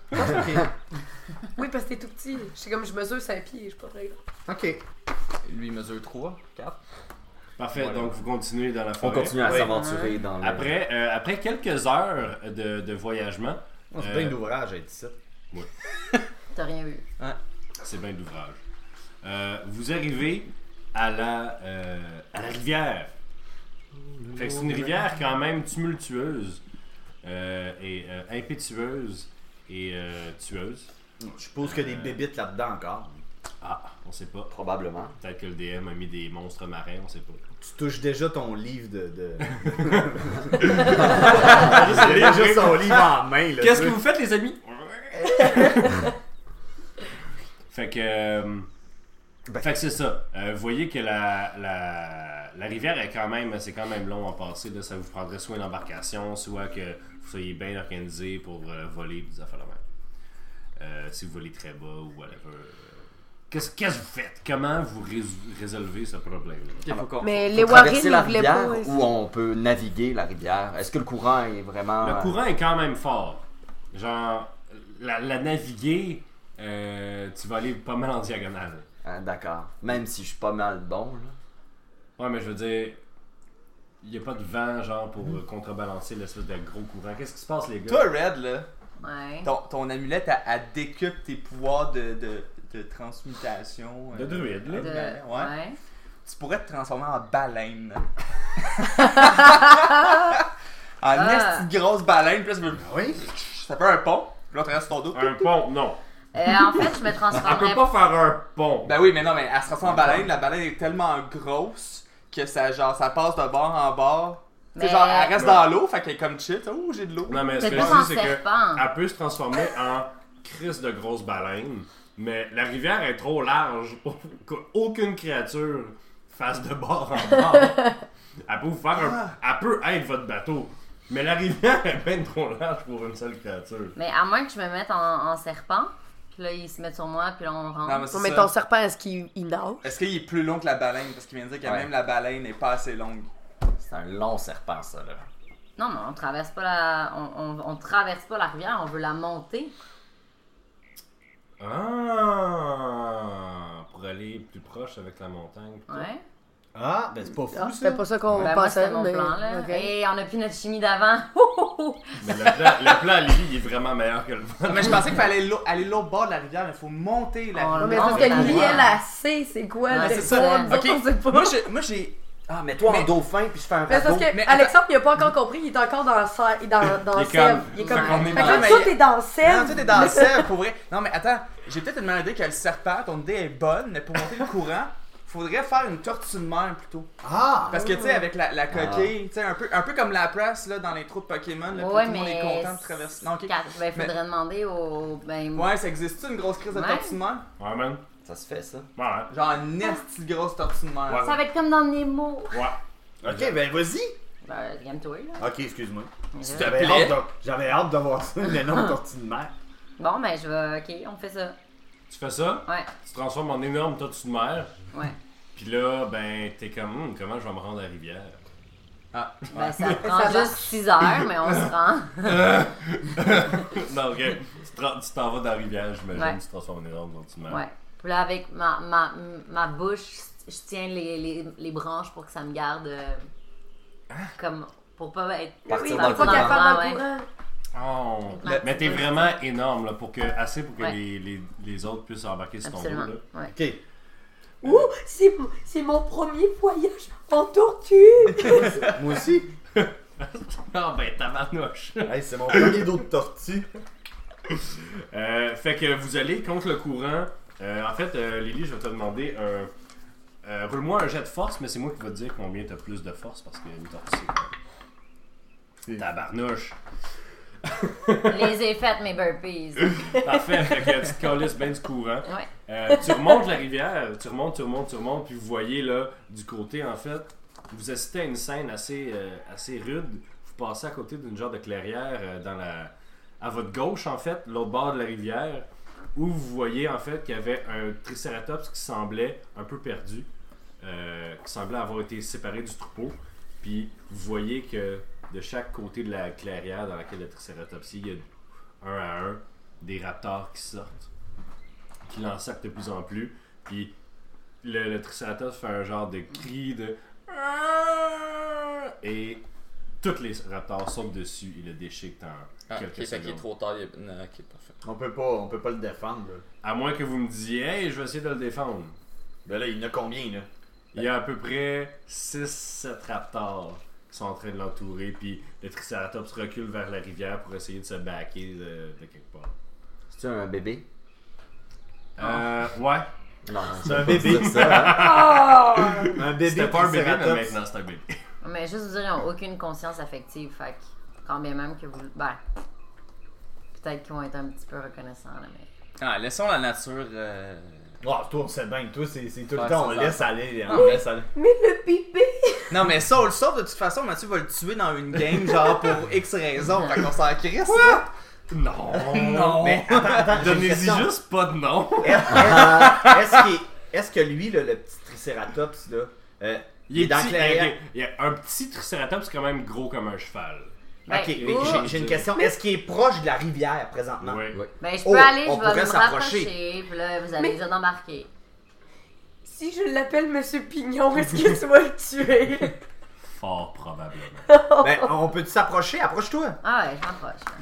Oui, parce que t'es tout petit. Je mesure 5 pieds, je suis pas très grand. Ok. Lui, il mesure 3, 4. Parfait, Voilà. donc vous continuez dans la On forêt. continue à Oui. s'aventurer dans le... Après quelques heures de voyagement, On se plaint d'ouvrage à être ici. T'as rien vu. c'est bien d'ouvrage. Vous arrivez à la rivière. Fait que c'est une rivière quand même tumultueuse et impétueuse et tueuse. Je suppose qu'il y a des bébites là-dedans encore. Ah, on sait pas. Probablement. Peut-être que le DM a mis des monstres marins, on sait pas. Tu touches déjà ton livre de... J'ai déjà son livre en main. Là, Qu'est-ce tu que sais. vous faites, les amis? Fait que. Fait que c'est ça. Vous voyez que la rivière est quand même, c'est quand même long à passer. Là. Ça vous prendrait soit une embarcation, soit que vous soyez bien organisé pour voler des affaires de même. Si vous volez très bas ou whatever. Qu'est-ce que vous faites? Comment vous résolvez ce problème-là? Mais Faut les traverser Warren, la ils voulaient rivière pas. ou on peut naviguer la rivière? Est-ce que le courant est vraiment... Le courant est quand même fort. Genre, la naviguer, tu vas aller pas mal en diagonale. Ah, d'accord. Même si je suis pas mal bon, là. Ouais, mais je veux dire, il n'y a pas de vent, genre, pour contrebalancer l'espèce de gros courant. Qu'est-ce qui se passe, les gars? Toi, Red, là, Ouais. ton amulette, elle décuple tes pouvoirs de transmutation. De druide, là. Ouais. Tu pourrais te transformer en baleine. En esti de grosse baleine, puis là, ça fait un pont, puis là, on traverse ton dos. Un pont, non. En fait, je me Elle transformerais. peut pas faire un pont. Ben oui, mais non, mais elle se transforme en baleine. La baleine est tellement grosse que ça passe de bord en bord. Tu sais, Mais- genre, elle reste dans l'eau, fait qu'elle est comme chill. Ouh, j'ai de l'eau. Non, mais ce C'est que pas je en dis, c'est que serpent. elle peut se transformer en crise de grosse baleine, mais la rivière est trop large pour qu'aucune créature fasse de bord en bord. Elle peut vous faire elle peut être votre bateau, mais la rivière est bien trop large pour une seule créature. Mais à moins que je me mette en serpent, puis là, ils se mettent sur moi, puis là, on rentre. Non, mais c'est Non, mais ça. ton serpent, est-ce qu'il nage? Est-ce qu'il est plus long que la baleine? Parce qu'il vient de dire que même la baleine n'est pas assez longue. C'est un long serpent, ça, là. Non, mais on traverse pas la. On traverse pas la rivière, on veut la monter. Ah, pour aller plus proche avec la montagne. putain. Ouais. Ah, ben c'est pas fou Ah, ça. c'était pas ça qu'on Ben, moi, pensait. c'était mon mais... plan, là. ok. Et on a plus notre chimie d'avant. Mais le plan à Lily, il est vraiment meilleur que le plan. Mais je pensais qu'il fallait aller l'autre bord de la rivière, mais il faut monter la Oh, Non, rivière. mais Non, parce que mais Lily, ça va. elle sait c'est quoi Ouais, le c'est ça. territoire. Nous Ok. autres, on sait pas. Moi, j'ai. Ah, mais toi Mais- en dauphin, puis je fais un Mais c'est radeau. parce que Mais Alexandre, il a pas encore compris, il est encore dans Sèvres. Il est Sèvres. comme- Il est fait comme. qu'on est Fait dans- que là, mais- tout est dans Sèvres. Non, tout est dans le sel, pour vrai. Non, mais attends, j'ai peut-être une meilleure idée que le serpent, ton idée est bonne, mais pour monter le courant, faudrait faire une tortue de mer plutôt. Ah! Parce que, tu sais, avec la coquille, tu sais, un peu comme la presse là, dans l'intro de Pokémon, là, puis Ouais, tout le monde est mais. content de traverser. Non, ok. Ben, faudrait demander au. Ben, Ouais, ça existe-tu une grosse crise de Ouais. tortue de mer? Ouais, man. Ça se fait, ça. Ouais, Genre une esti de grosse tortue de mer. Ouais. Ça va être comme dans Nemo. ouais. Ok, ben vas-y. Ben, calme-toi, là. Ok, excuse-moi. S'il te plaît. J'avais hâte de voir ça, une énorme tortue de mer. Bon, ben, je vais. Ok, on fait ça. Tu fais ça, Ouais, tu te transformes en énorme tortue de mer, ouais. puis là, ben, t'es comme, comment je vais me rendre à la rivière? Ah, Ben, ça Ça prend marche. juste 6 heures, mais on se rend. Non, ok. Tu t'en vas dans la rivière, j'imagine, Ouais. tu te transformes en énorme tortue de mer. Ouais. Puis là, avec ma bouche, je tiens les branches pour que ça me garde. Comme. Pour pas être. Partir Oui, dans le pas courant. qu'elle fasse dans ouais. le courant. Oh. Le- Mais t'es vraiment énorme, là, assez pour que Ouais. les autres puissent embarquer sur ton dos, Absolument. là. Ouais. Ok. Ouh, c'est mon premier voyage en tortue. Moi aussi. Ah, ben, tabarnouche. Hey, c'est mon premier dos de tortue. Fait que vous allez contre le courant. En fait, Lily, je vais te demander roule-moi un jet de force, mais c'est moi qui vais te dire combien t'as plus de force parce que une tortue, c'est tabarnouche. Les ai faites, mes burpees. Parfait, fait que tu te calisses bien du courant. Ouais. Tu remontes la rivière, tu remontes, puis vous voyez là, du côté en fait, vous assistez à une scène assez rude. Vous passez à côté d'une genre de clairière à votre gauche en fait, l'autre bord de la rivière, où vous voyez en fait qu'il y avait un triceratops qui semblait un peu perdu, qui semblait avoir été séparé du troupeau. Puis vous voyez que de chaque côté de la clairière dans laquelle le triceratops, il y a un à un des raptors qui sortent, qui l'ensacrent de plus en plus. Puis le triceratops fait un genre de cri de et tous les raptors sautent dessus et le déchiquetent en quelques fait qu'il est secondes. trop tard. Non, ok, parfait. On peut pas le défendre, là. À moins que vous me disiez, hey, je vais essayer de le défendre. Ben là, il y en a combien, là? Il y a à peu près 6-7 raptors qui sont en train de l'entourer, puis le triceratops recule vers la rivière pour essayer de se backer de quelque part. C'est-tu un bébé? Ouais. Non, C'est un bébé. Oh! Un bébé C'était pas un bébé, mais triceratops. maintenant c'est un bébé. Mais juste vous dire, ils n'ont aucune conscience affective. Fait que, quand bien même que vous. Ben. Peut-être qu'ils vont être un petit peu reconnaissants, là, mais. Ah, laissons la nature. Ah, toi, on sait bien que toi, c'est tout le Ouais, temps, on c'est laisse ça. aller. On laisse aller. Mais le bébé! Non, mais ça, on le sauve de toute façon. Mathieu va le tuer dans une game, genre pour X raisons. Fait qu'on s'en crisse. Non! Non. Mais attends, j'ai une Donnez-y question. juste pas de nom! Est-ce que lui, là, le petit triceratops, là, Il est dans petit, la clairière. ok, il y a un petit triceratops quand même gros comme un cheval. Ben, Ok, mais ou- j'ai une question. Est-ce qu'il est proche de la rivière présentement? Ouais. Ben, je Oh, peux aller, on je vais pourrait me s'approcher. rapprocher, puis là, vous allez les embarquer. Si je l'appelle Monsieur Pignon, est-ce que tu vas le tuer? Fort probablement. Ben, on peut s'approcher? Approche-toi. Ah ouais, je m'approche. là.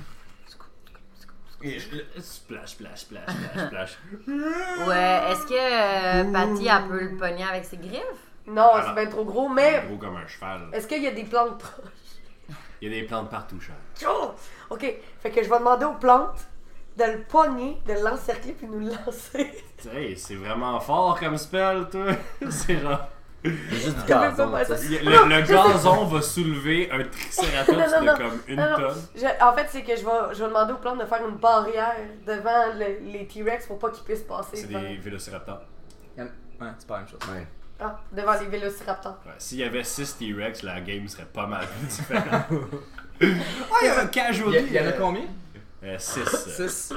Splash, splash, splash, splash, splash. Ouais, est-ce que Patty, elle peut le pogner avec ses griffes? Non, Ah. c'est bien trop gros, mais Gros comme un cheval. est-ce qu'il y a des plantes proches? Il y a des plantes partout, Charles. Oh! Ok, fait que je vais demander aux plantes de le pogner, de l'encercler puis nous le lancer. Hey, c'est vraiment fort comme spell, toi. C'est genre. Juste du Je veux gazon, pas tu ça. sais. Le gazon va soulever un tricératops Non, non, de comme une non, non. tonne. En fait, c'est que je vais demander aux plantes de faire une barrière devant les T-Rex pour pas qu'ils puissent passer. C'est devant- des vélociraptors. Ouais, c'est pas la même chose. Ouais. Ah, devant les vélociraptors. Ouais, s'il y avait 6 T-Rex, la game serait pas mal plus différente. Il y a un casualty. Il y en a combien? 6. 6.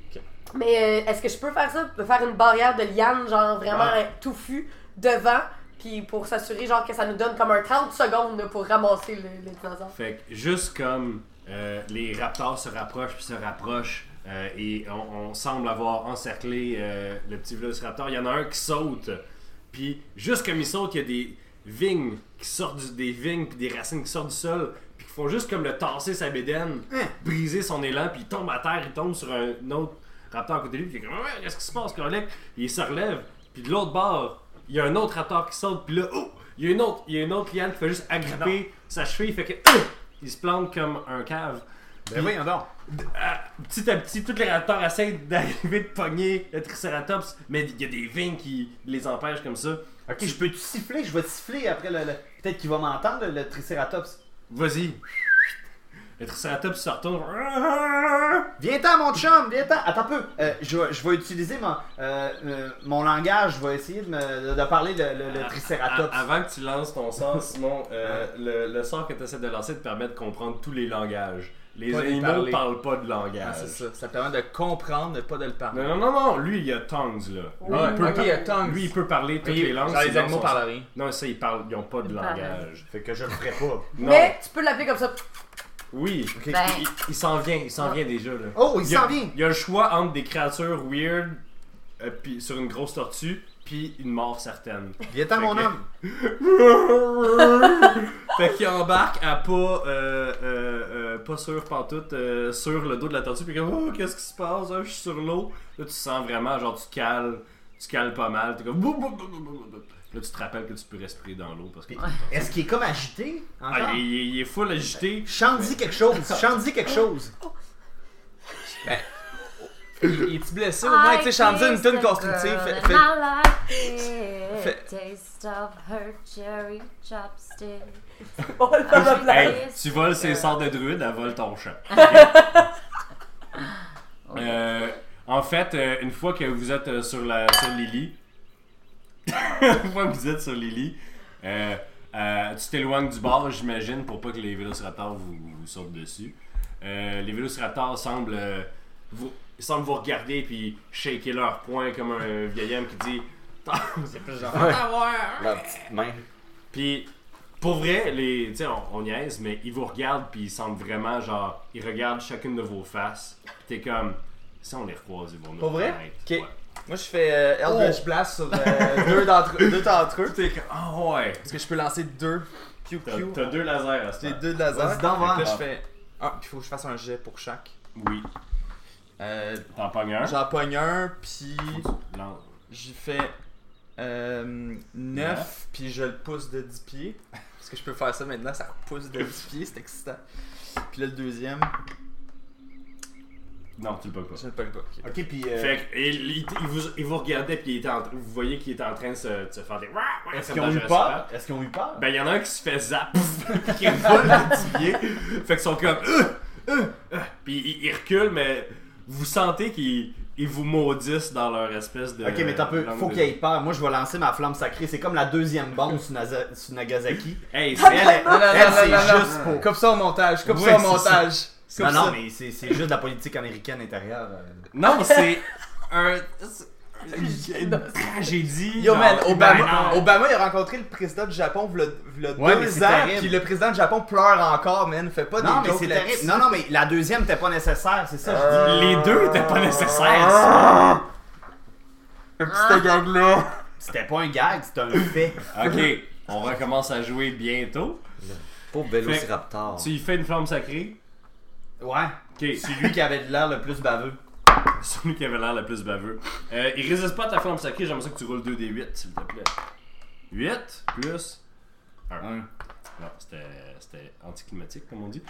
Mais est-ce que je peux faire ça? Faire une barrière de liane, genre vraiment Ah. touffue, devant, puis pour s'assurer genre que ça nous donne comme un 30 secondes là, pour ramasser le dinosaure. Fait que juste comme les raptors se rapprochent puis se rapprochent et on semble avoir encerclé le petit vélociraptor, il y en a un qui saute. Puis juste comme il saute, il y a des vignes qui sortent des vignes puis des racines qui sortent du sol puis qui font juste comme le tasser sa bédaine, briser son élan puis il tombe à terre, il tombe sur un autre raptor à côté de lui puis il est comme ouais, qu'est-ce qui se passe Corlec? Il se relève puis de l'autre bord, il y a un autre raptor qui saute puis là il y a une autre liane qui fait juste agripper sa cheville, fait que il se plante comme un cave. Ben oui, donc. Petit à petit, tous les raptors essaient d'arriver de pogner le Triceratops, mais il y a des vignes qui les empêchent comme ça. Ok, je peux te siffler? Je vais te siffler après le... Peut-être qu'il va m'entendre, le Triceratops. Vas-y. Le Triceratops se retourne. Viens-t'en, mon chum, viens-t'en. Attends un peu. Je vais utiliser mon langage. Je vais essayer de parler le Triceratops. Avant que tu lances ton sort, Simon, le sort que tu essaies de lancer te permet de comprendre tous les langages. Les Pas les animaux parler. ne parlent pas de langage. Ah, c'est ça. Ça permet de comprendre, mais pas de le parler. Non, lui il a tongues là. Oui, il peut ok, il y a tongues. Lui il peut parler toutes les langues. Genre, les sinon, animaux son- parlent rien. Non, ça ils n'ont pas de Ils parlent. langage. Fait que je le ferai pas. Non. Mais tu peux l'appeler comme ça. Oui. Ben- Il s'en vient, déjà là. Oh, il y a- s'en vient. Il y a le choix entre des créatures weird puis sur une grosse tortue puis une mort certaine. Viens-t'en, mon que- homme. Fait qu'il embarque à pas sûr pantoute sur le dos de la tortue puis comme oh qu'est-ce qui se passe, je suis sur l'eau. Là tu sens vraiment genre tu cales pas mal, t'es comme bou, bou, bou, bou, bou, bou. Là tu te rappelles que tu peux respirer dans l'eau parce que Est-ce qu'il est comme agité? Encore? ah, il est full agité. Chante-y quelque chose. Chante-y quelque chose. Il est-tu blessé au moins? Tu sais, chanter une tune constructive. Taste of her cherry chopstick. On va le faire à la place. Hey, tu voles ses sorts de druide, elle vole ton champ. En fait, une fois que vous êtes sur Lily, une fois que vous êtes sur Lily, tu t'éloignes du bord, j'imagine, pour pas que les vélociraptors vous sautent dessus. Les vélociraptors semblent vous regarder puis shaker leurs poings comme un vieil homme qui dit c'est plus genre La petite main. puis pour vrai, tu sais, on niaise, mais ils vous regardent puis ils semblent vraiment genre, ils regardent chacune de vos faces. T'es comme, si on les recroise, ils vont nous Pour vrai? reconnaître. Ok. Ouais. Moi, je fais Eldritch Blast sur deux d'entre eux. T'es comme, ah ouais. Est-ce que je peux lancer deux? Pew pew. T'as 2 lasers à ce J'ai temps. 2 lasers. Vas-y donc, Fait que là, voir. je fais. Ah, puis il faut que je fasse un jet pour chaque. Oui. T'en pognes un. J'en pogne un, puis Non. j'y fais 9, puis je le pousse de 10 pieds. Parce que je peux faire ça maintenant, ça repousse de 10 pieds, c'est excitant. Puis là, le deuxième, Non, tu le pognes pas. je ne le pogne pas. Ok. Ok, puis. Fait que, il vous regardait puis vous voyez qu'il était en train de se faire des. Est-ce comme qu'ils ont dans eu Jurassic peur? Park. Est-ce qu'ils ont eu peur? Ben, il y en a un qui se fait zap, pis qui vole le petit pied. Fait qu'ils sont comme. Puis ils reculent, mais vous sentez qu'ils vous maudissent dans leur espèce de. Ok, mais t'as peu. langue Faut de- qu'il ait peur. Moi, je vais lancer ma flamme sacrée. C'est comme la deuxième bombe sur Nagasaki. Hey, Elle, c'est. c'est juste pour. Coupe ça au montage, coupe Oui, ça au c'est montage. Coupe Non, non, ça. mais c'est juste de la politique américaine intérieure. Non, c'est un. tragédie. Yo man, genre, Obama il a rencontré le président du Japon v'là Ouais, mais 2 c'est ans, terrible. puis le président du Japon pleure encore, man. Fait pas Non, des mais jokes c'est là-dessus. terrible. Non, mais la deuxième n'était pas nécessaire, c'est ça que je dis. Les deux étaient pas nécessaires. Un petit gag là. C'était pas un gag, c'était un fait. Ok, on recommence à jouer bientôt. Pauvre Vélociraptor. Tu y fais une flamme sacrée. Ouais. Ok, C'est lui qui avait de l'air le plus baveux. celui qui avait l'air le plus baveux. Il résiste pas à ta flamme sacrée, j'aimerais ça que tu roules 2d8, s'il te plaît. 8 plus 1. Non, c'était anticlimatique, comme on dit.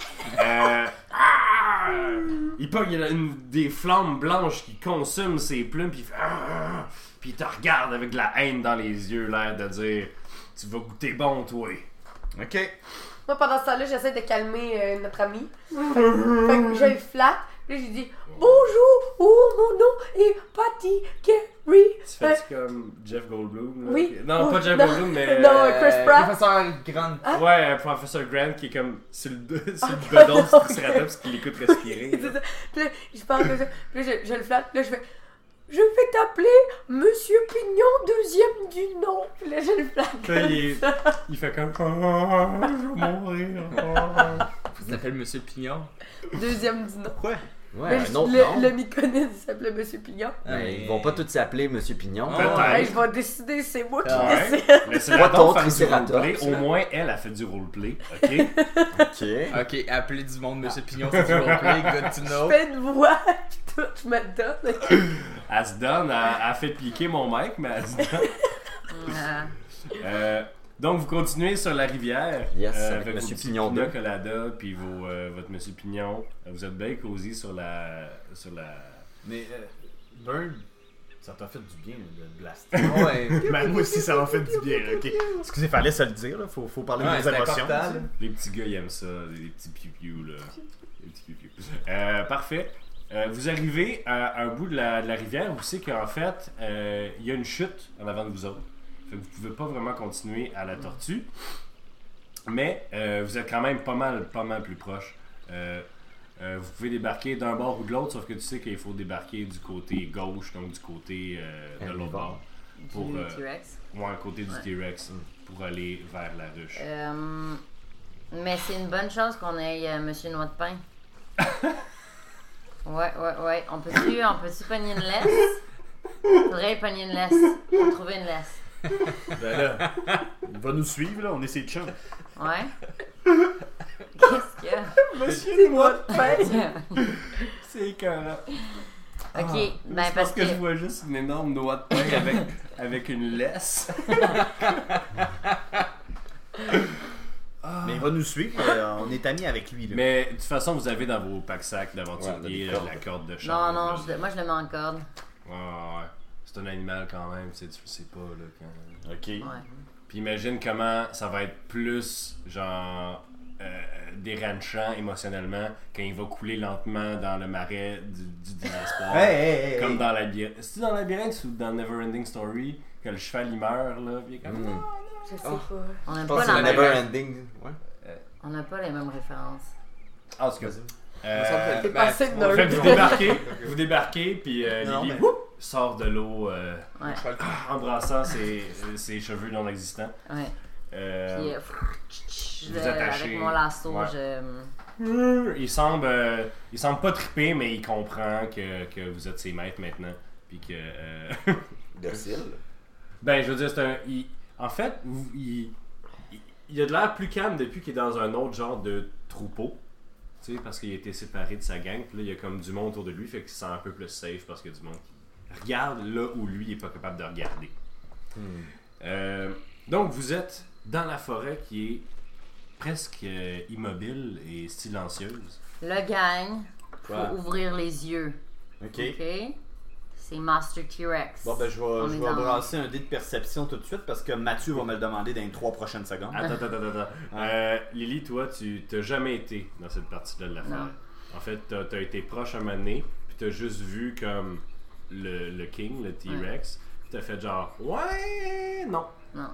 Il pogne des flammes blanches qui consument ses plumes, puis il fait. Puis il te regarde avec de la haine dans les yeux, l'air de dire tu vas goûter bon, toi. Ok. Moi, pendant ce temps-là, j'essaie de calmer notre ami. Fait que je le flatte. Puis j'ai dit bonjour, mon nom est Patty Carey. Tu fais comme Jeff Goldblum? Là? Oui. Non, pas Jeff Non. Goldblum, mais. Non, Chris Pratt. Professeur Grant. Ouais, un professeur Grant qui est comme sur le Ah, bedon non, du Triceratops qui l'écoute respirer. C'est ça. Puis là, je parle comme ça. Puis là, je le flatte. Puis là, je fais je vais t'appeler Monsieur Pignon, deuxième du nom. Puis là, je le flatte. Puis là, il fait comme. Je vais mourir. Il s'appelle Monsieur Pignon. Deuxième du nom. Pourquoi? Ouais, Là, un autre nom. le myconide, il s'appelait Monsieur Pignon. Mais ils vont pas tous s'appeler Monsieur Pignon. Peut-être. Hey, je vais décider, c'est moi qui Ouais. décide. Mais c'est Pas la ton faire du Triceratops, roleplay. Au là. moins, elle a fait du roleplay. Ok? Ok. Ok, appelez du monde Monsieur Pignon, c'est du roleplay, good to know. Je fais une voix, pis tout, je me donne. Elle se donne, elle a fait piquer mon mic, mais elle se donne. Donc, vous continuez sur la rivière. Yes, avec vos Monsieur petits Pignon pina 2. colada, puis votre Monsieur Pignon. Vous êtes bien cosy sur la. Mais, Bird, ça t'a fait du bien de blaster. Ouais. Ben, moi aussi, ça m'a fait du bien, ok. Excusez, fallait se le dire, là. Faut parler Ouais, de c'est nos émotions. important, là. Les petits gars, ils aiment ça, les petits piou-piou, là. Les petits piou-piou. Parfait. Vous arrivez à un bout de la rivière où c'est qu'en fait, il y a une chute en avant de vous autres. Fait que vous pouvez pas vraiment continuer à la tortue. Mais vous êtes quand même pas mal plus proche. Vous pouvez débarquer d'un bord ou de l'autre, sauf que tu sais qu'il faut débarquer du côté gauche, donc du côté de l'autre bord. Pour, Du T-Rex. ouais, côté du Ouais. T-Rex, pour aller vers la ruche. Mais c'est une bonne chose qu'on ait Monsieur Noix de Pain. Ouais. On peut-tu pogner une laisse? Faudrait pogner une laisse. Faut trouver une laisse. Ben là, il va nous suivre, là. On est ses chums. Ouais. Qu'est-ce qu'il y a? C'est moi de pain. C'est écœurant. Ok, ben C'est parce que. je vois juste une énorme noix de pain avec une laisse. Mais il va nous suivre. On est amis avec lui, là. Mais de toute façon, vous avez dans vos pack-sacs d'aventurier Ouais, des cordes. la corde de Non, change. non, là. moi je le mets en corde. Ouais. C'est un animal quand même, tu le sais pas. Là, quand... Ok. Ouais. Puis imagine comment ça va être plus genre dérangeant émotionnellement quand il va couler lentement dans le marais du désespoir. Hey. Comme dans Labyrinthe. C'est-tu dans Labyrinthe ou dans Neverending Story que le cheval il meurt là? Puis il est comme. Je sais pas. On n'a Je pas, pense que c'est la le même... Never Ending. Ouais. On n'a pas les mêmes références. Ah, c'est T'es passé de fait, nerd. vous débarquez, puis Non, Lily mais- whoop, sort de l'eau Ouais. embrassant ses cheveux non existants. Ouais. Euh, Puis, vous attachez. avec mon lasso, Ouais. Il semble pas triper, mais il comprend que vous êtes ses maîtres maintenant. Puis que. Docile. Ben, je veux dire, c'est un. En fait, il a de l'air plus calme depuis qu'il est dans un autre genre de troupeau. Tu sais, parce qu'il a été séparé de sa gang. Puis là, il y a comme du monde autour de lui, fait qu'il se sent un peu plus safe parce qu'il y a du monde qui regarde là où lui il est pas capable de regarder. Donc, vous êtes dans la forêt qui est presque immobile et silencieuse. Le gang, faut Ouais. ouvrir les yeux. Ok. Ok? C'est Master T-Rex. Bon, ben, je On vais est dans- brasser un dé de perception tout de suite parce que Mathieu va me le demander dans les 3 prochaines secondes. Attends. Lily, toi, tu t'as jamais été dans cette partie-là de la forêt. Non. En fait, t'as été proche un moment donné, puis t'as juste vu comme le King, le T-Rex. Puis t'as fait genre, ouais, non. Non.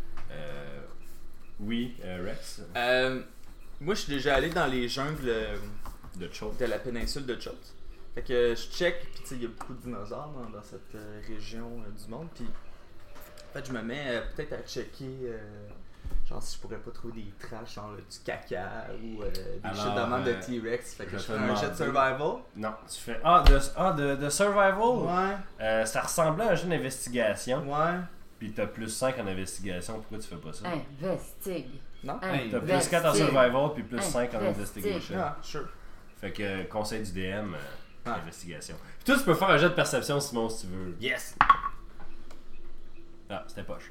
Oui, Rex, Moi, je suis déjà allé dans les jungles de Choke. de la péninsule de Chotz. Fait que je check, puis tu sais, il y a beaucoup de dinosaures dans cette région du monde, puis en fait, je me mets peut-être à checker, genre si je pourrais pas trouver des traces, genre du caca ou des shit de même de T-Rex. Fait que je fais un jet de survival. Non, tu fais. De survival? Ouais. Ça ressemblait à un jeu d'investigation. Ouais. Puis t'as plus 5 en investigation, pourquoi tu fais pas ça? Investigue. Non? T'as plus 4 en survival, puis plus 5 en investigation. Ah, sure. Fait que conseil du DM, investigation. Puis toi, tu peux faire un jet de perception, Simon, si tu veux. Yes! Ah, c'était poche.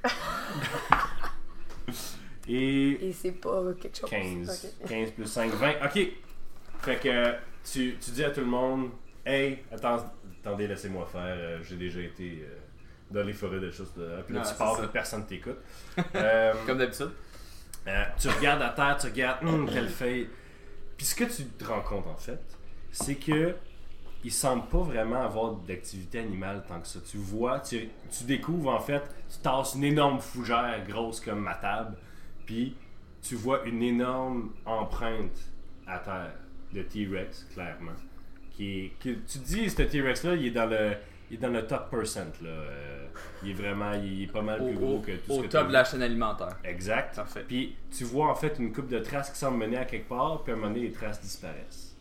Et Et c'est pas quelque chose. 15. Ok. 15 plus 5, 20. Ok. Fait que tu dis à tout le monde, hey, attendez, laissez-moi faire. J'ai déjà été dans les forêts de choses. Puis là, Ah, tu pars, c'est ça. puis personne t'écoute. Comme d'habitude. Tu regardes à terre, tu regardes, telle feuille. Puis ce que tu te rends compte, en fait, c'est que il semble pas vraiment avoir d'activité animale tant que ça. Tu vois, tu découvres, en fait, tu tasses une énorme fougère grosse comme ma table, puis tu vois une énorme empreinte à terre de T-Rex, clairement. Tu te dis, ce T-Rex-là, il est dans le top percent, là. Il est pas mal plus gros que tout ce Au que top t'as de la chaîne alimentaire. Exact. Parfait. Puis tu vois en fait une coupe de traces qui semble mener à quelque part, puis à un moment donné, les traces disparaissent.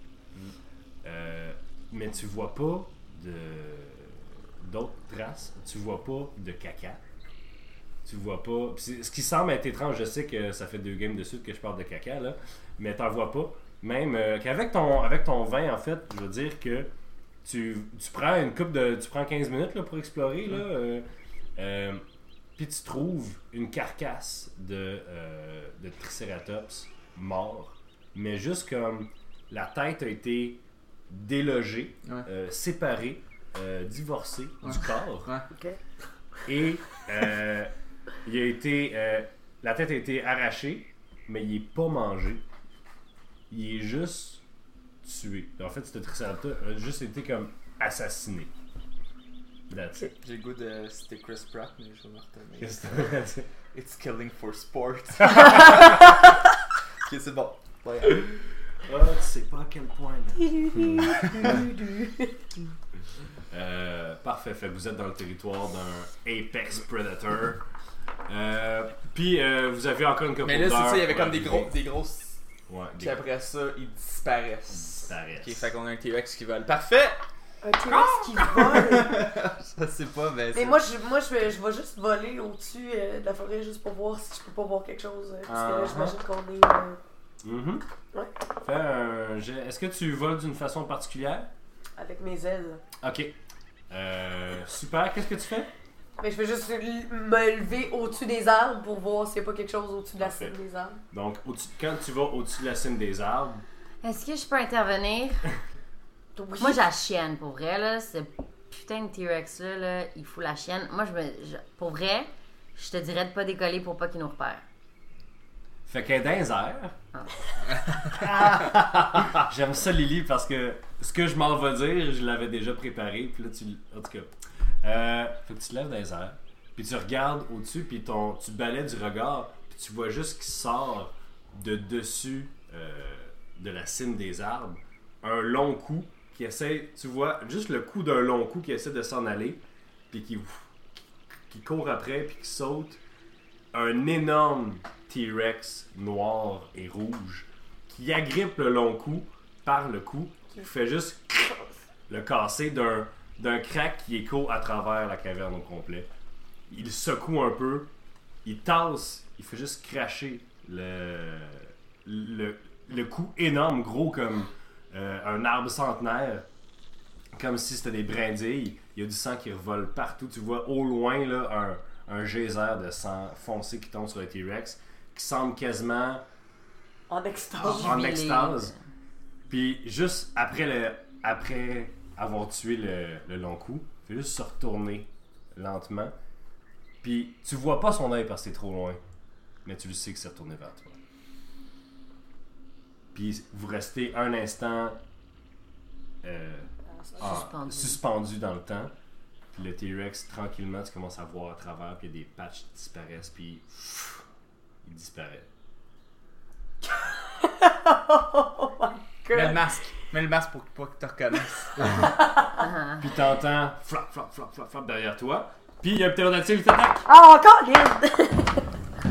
Mais tu vois pas d'autres traces. Tu vois pas de caca. Tu vois pas. Ce qui semble être étrange, je sais que ça fait 2 games de suite que je parle de caca, là, mais t'en vois pas. Même qu'avec ton vin, en fait, je veux dire que tu prends tu prends 15 minutes là, pour explorer, là. Puis tu trouves une carcasse de Triceratops mort, mais juste comme la tête a été délogée, séparée, divorcée du corps. Ouais. Ok. Et la tête a été arrachée, mais il est pas mangé. Il est juste tué. En fait, ce Triceratops a juste été comme assassiné. That's it. J'ai le goût de citer Chris Pratt, mais je vais me retenir. Qu'est-ce que c'est? It's killing for sport. Ok, c'est bon. Ouais. Ah, tu sais pas à quel point. Parfait. Fait que vous êtes dans le territoire d'un Apex Predator. Puis vous avez encore une couple Mais là, c'est d'heures ça, il y avait pour comme des arriver. grosses. Ouais, Puis après ça, ils disparaissent. disparaissent. Ok, fait qu'on a un T-Rex qui vole. Parfait! Un T-Rex qui vole. Je sais pas, mais. Mais moi, je vais juste voler au-dessus de la forêt juste pour voir si je peux pas voir quelque chose. Parce que là, j'imagine qu'on est Mhm. Ouais. Fais un jet. Est-ce que tu voles d'une façon particulière? avec mes ailes. Ok. Super. Qu'est-ce que tu fais? Mais je vais juste me lever au-dessus des arbres pour voir s'il n'y a pas quelque chose au-dessus de la Parfait. cime des arbres. Donc, quand tu vas au-dessus de la cime des arbres, Est-ce que je peux intervenir? Oui. Moi, j'ai la chienne, pour vrai, là. Ce putain de T-Rex-là, là, il fout la chienne. Moi, pour vrai, je te dirais de pas décoller pour pas qu'il nous repère. fait qu'elle est dans les airs. J'aime ça, Lily, parce que ce que je m'en vais dire, je l'avais déjà préparé. Puis là, en tout cas, fait que tu te lèves dans les airs, puis tu regardes au-dessus, puis tu balais du regard, puis tu vois juste qu'il sort de dessus de la cime des arbres un long cou qui essaie, tu vois, juste le coup d'un long cou qui essaie de s'en aller, puis qui court après, puis qui saute. Un énorme T-Rex noir et rouge qui agrippe le long cou par le cou, qui fait juste le casser d'un crack qui écho à travers la caverne au complet. Il secoue un peu, il tasse, il fait juste cracher le cou énorme, gros comme un arbre centenaire, comme si c'était des brindilles. Il y a du sang qui revole partout. Tu vois au loin là, un geyser de sang foncé qui tombe sur le T-Rex, qui semble quasiment En extase. en extase. Puis juste après avoir tué le long cou, il fait juste se retourner lentement. Puis tu vois pas son œil parce que c'est trop loin, mais tu le sais que c'est retourné vers toi. Puis vous restez un instant suspendu dans le temps. Puis le T-Rex, tranquillement, tu commences à voir à travers, puis il y a des patchs qui disparaissent, puis il disparaît. Oh my Mets le god. masque. Mets le masque pour pas que tu reconnaisses. Puis t'entends flap, flap, flap, flap, flap derrière toi. Puis il y a un ptérodactyle qui t'attaque. Ah, encore, Lynn!